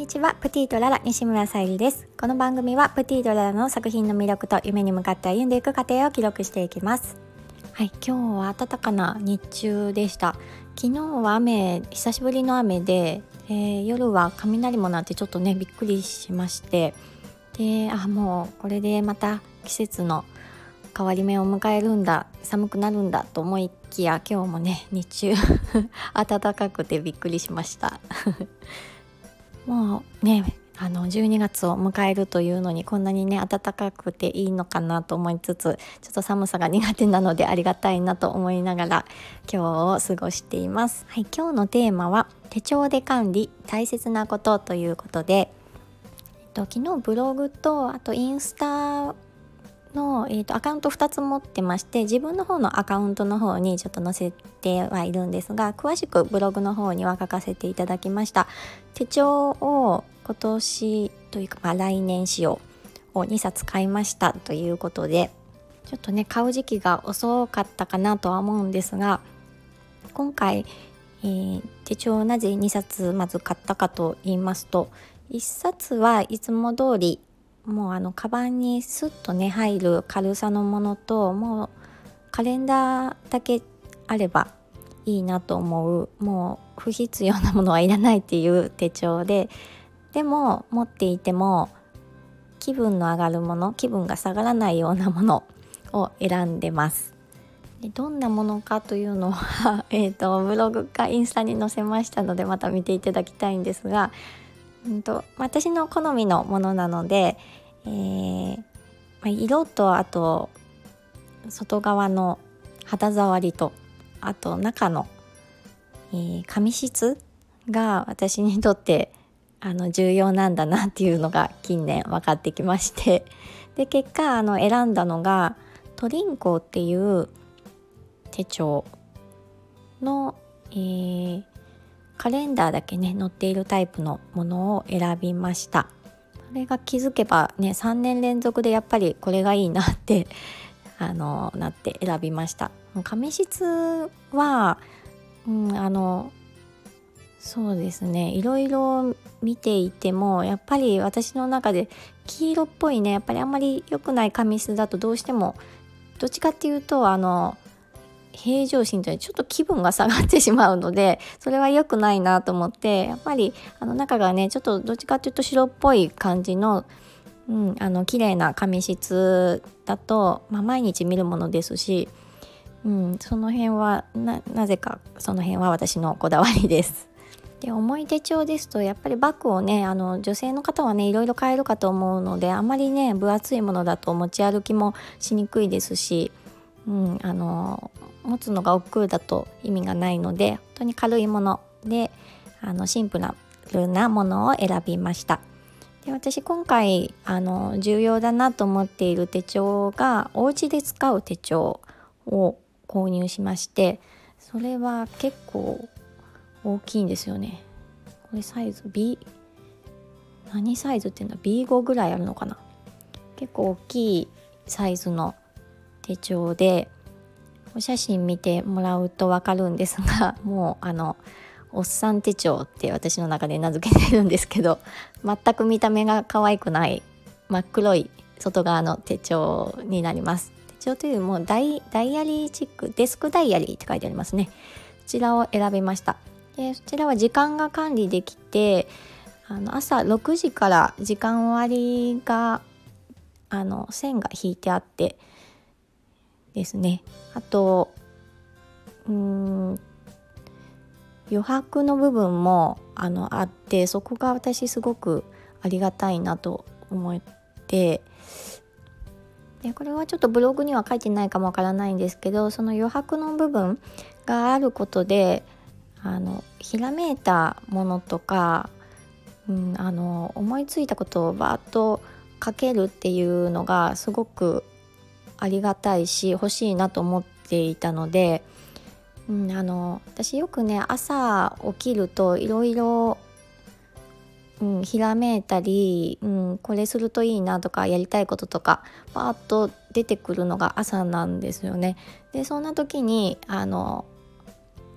にちは、プティとララ西村さゆりです。この番組はプティとララの作品の魅力と夢に向かって歩んでいく過程を記録していきます。はい、今日は暖かな日中でした。昨日は久しぶりの雨で、夜は雷も鳴ってちょっとねびっくりしまして、でもうこれでまた季節の変わり目を迎えるんだ、寒くなるんだと思いきや、今日もね日中暖かくてびっくりしましたもうね12月を迎えるというのにこんなにね暖かくていいのかなと思いつつ、ちょっと寒さが苦手なのでありがたいなと思いながら今日を過ごしています。はい、今日のテーマは手帳で管理大切なことということで、昨日ブログとあとインスタの、アカウント2つ持ってまして、自分の方のアカウントの方にちょっと載せてはいるんですが、詳しくブログの方には書かせていただきました。手帳を今年というか、来年仕様を2冊買いましたということで、ちょっとね買う時期が遅かったかなとは思うんですが、今回、手帳をなぜ2冊まず買ったかと言いますと、1冊はいつも通りもうカバンにスッとね入る軽さのものと、もうカレンダーだけあればいいなと思う、もう不必要なものはいらないっていう手帳で、でも持っていても気分の上がるもの、気分が下がらないようなものを選んでます。でどんなものかというのはブログかインスタに載せましたので、また見ていただきたいんですが、私の好みのものなので、色とあと外側の肌触りとあと中の、紙質が私にとって重要なんだなっていうのが近年分かってきまして、で結果選んだのがトリンコっていう手帳の、カレンダーだけね載っているタイプのものを選びました。それが気づけばね3年連続でやっぱりこれがいいなってなって選びました。紙質は、そうですね、いろいろ見ていてもやっぱり私の中で黄色っぽいね、やっぱりあんまり良くない紙質だとどうしてもどっちかっていうと平常心というちょっと気分が下がってしまうので、それは良くないなと思って、やっぱり中がねちょっとどっちかっていうと白っぽい感じの、綺麗な紙質だと、毎日見るものですし、その辺はなぜかその辺は私のこだわりです。で重い手帳ですとやっぱりバッグをね女性の方はねいろいろ買えるかと思うので、あまりね分厚いものだと持ち歩きもしにくいですし、持つのが億劫だと意味がないので、本当に軽いものでシンプルなものを選びました。で私今回重要だなと思っている手帳がお家で使う手帳を購入しまして、それは結構大きいんですよね。これサイズ何サイズっていうのは B5 ぐらいあるのかな。結構大きいサイズの手帳で、お写真見てもらうと分かるんですが、もうおっさん手帳って私の中で名付けてるんですけど、全く見た目が可愛くない真っ黒い外側の手帳になります。手帳というよりもダイアリーチック、デスクダイアリーって書いてありますね。こちらを選びました。でそちらは時間が管理できて、朝6時から時間割が線が引いてあってですね、あと余白の部分もあって、そこが私すごくありがたいなと思って、でこれはちょっとブログには書いてないかもわからないんですけど、その余白の部分があることでひらめいたものとか、思いついたことをバーッと書けるっていうのがすごくありがたいし欲しいなと思っていたので、私よくね朝起きるといろいろひらめいたり、これするといいなとかやりたいこととかバーッと出てくるのが朝なんですよね。でそんな時に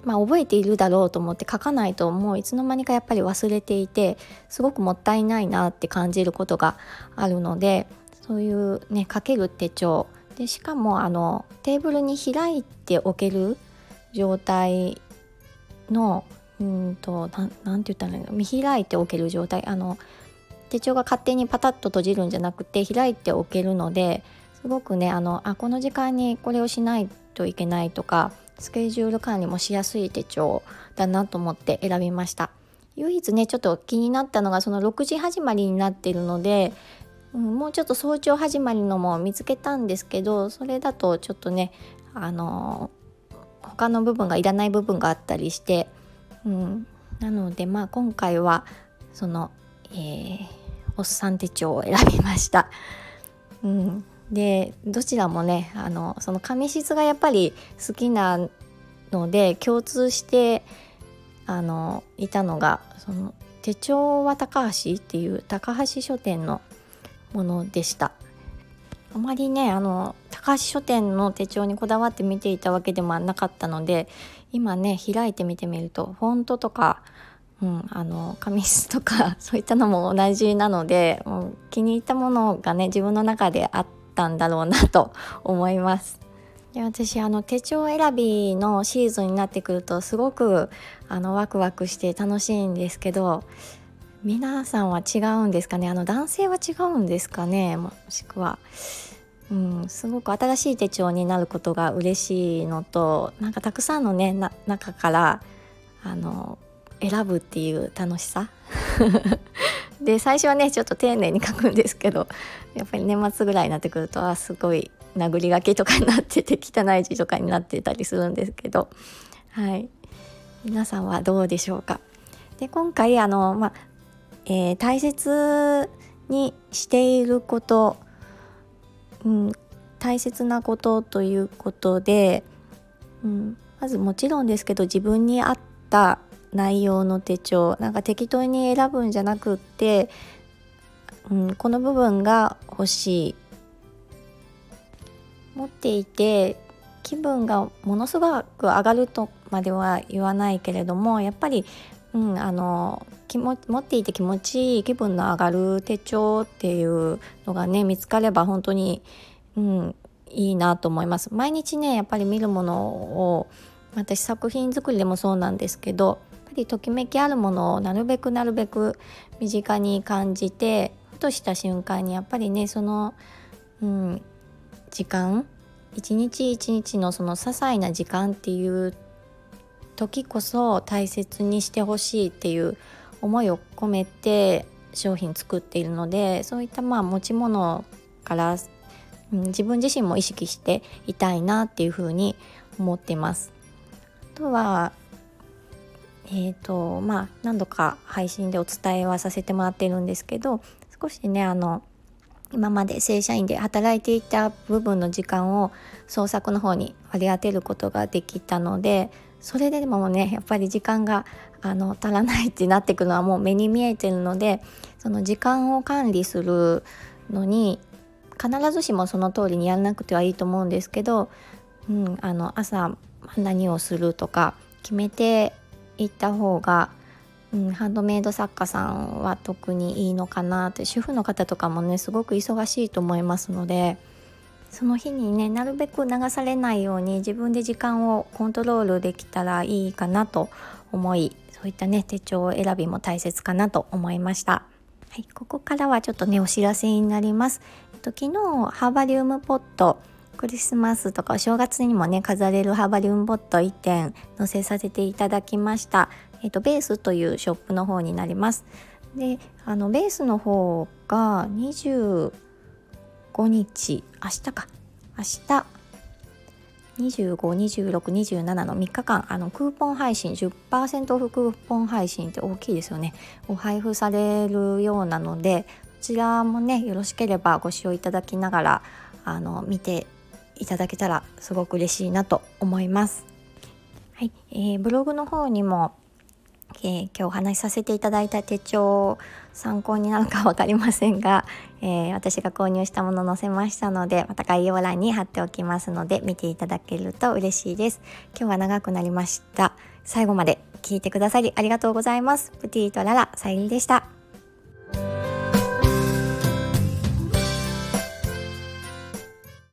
覚えているだろうと思って書かないと、もういつの間にかやっぱり忘れていて、すごくもったいないなって感じることがあるので、そういうね書ける手帳で、しかもテーブルに開いておける状態のなんて言ったらいいの、見開いておける状態、手帳が勝手にパタッと閉じるんじゃなくて開いておけるので、すごくねこの時間にこれをしないといけないとか、スケジュール管理もしやすい手帳だなと思って選びました。唯一ねちょっと気になったのが、その6時始まりになっているので、もうちょっと早朝始まりのも見つけたんですけど、それだとちょっとね他の部分がいらない部分があったりして、なので今回はその、おっさん手帳を選びました。でどちらもねその紙質がやっぱり好きなので、共通していたのが、その手帳は高橋っていう高橋書店のものでした。あまりね高橋書店の手帳にこだわって見ていたわけでもなかったので、今ね開いて見てみるとフォントとか、紙質とかそういったのも同じなので、気に入ったものがね自分の中であったんだろうなと思います。で私手帳選びのシーズンになってくるとすごくワクワクして楽しいんですけど、皆さんは違うんですかね。男性は違うんですかね。もしくはすごく新しい手帳になることが嬉しいのと、なんかたくさんのね中から選ぶっていう楽しさで、最初はねちょっと丁寧に書くんですけど、やっぱり年末ぐらいになってくるとすごい殴り書きとかになってて、汚い字とかになってたりするんですけど、皆さんはどうでしょうか。で今回大切にしていること、大切なことということで、まずもちろんですけど、自分に合った内容の手帳、なんか適当に選ぶんじゃなくって、この部分が欲しい、持っていて気分がものすごく上がるとまでは言わないけれども、やっぱり持っていて気持ちいい、気分の上がる手帳っていうのがね見つかれば本当に、いいなと思います。毎日ねやっぱり見るものを、私作品作りでもそうなんですけど、やっぱりときめきあるものをなるべく身近に感じて、ふとした瞬間にやっぱりねその、時間、一日一日のその些細な時間っていう時こそ大切にしてほしいっていう思いを込めて商品作っているので、そういった持ち物から、自分自身も意識していたいなっていうふうに思っています。あとは何度か配信でお伝えはさせてもらっているんですけど、少しね今まで正社員で働いていた部分の時間を創作の方に割り当てることができたので、それでもねやっぱり時間が足らないってなってくるのはもう目に見えてるので、その時間を管理するのに必ずしもその通りにやらなくてはいいと思うんですけど、朝何をするとか決めていった方が、ハンドメイド作家さんは特にいいのかなって、主婦の方とかもねすごく忙しいと思いますので、その日にねなるべく流されないように自分で時間をコントロールできたらいいかなと思い、そういったね手帳選びも大切かなと思いました。ここからはちょっとねお知らせになります。昨日ハーバリウムポット、クリスマスとかお正月にもね飾れるハーバリウムポット1点載せさせていただきました。ベースというショップの方になります。でベースの方が25日、明日25、26、27の3日間クーポン配信 10% オフクーポン配信って大きいですよねを配布されるようなので、こちらもねよろしければご使用いただきながら見ていただけたらすごく嬉しいなと思います。ブログの方にも今日お話しさせていただいた手帳参考になるか分かりませんが、私が購入したもの載せましたので、また概要欄に貼っておきますので見ていただけると嬉しいです。今日は長くなりました。最後まで聞いてくださりありがとうございます。プティとララさゆりでした。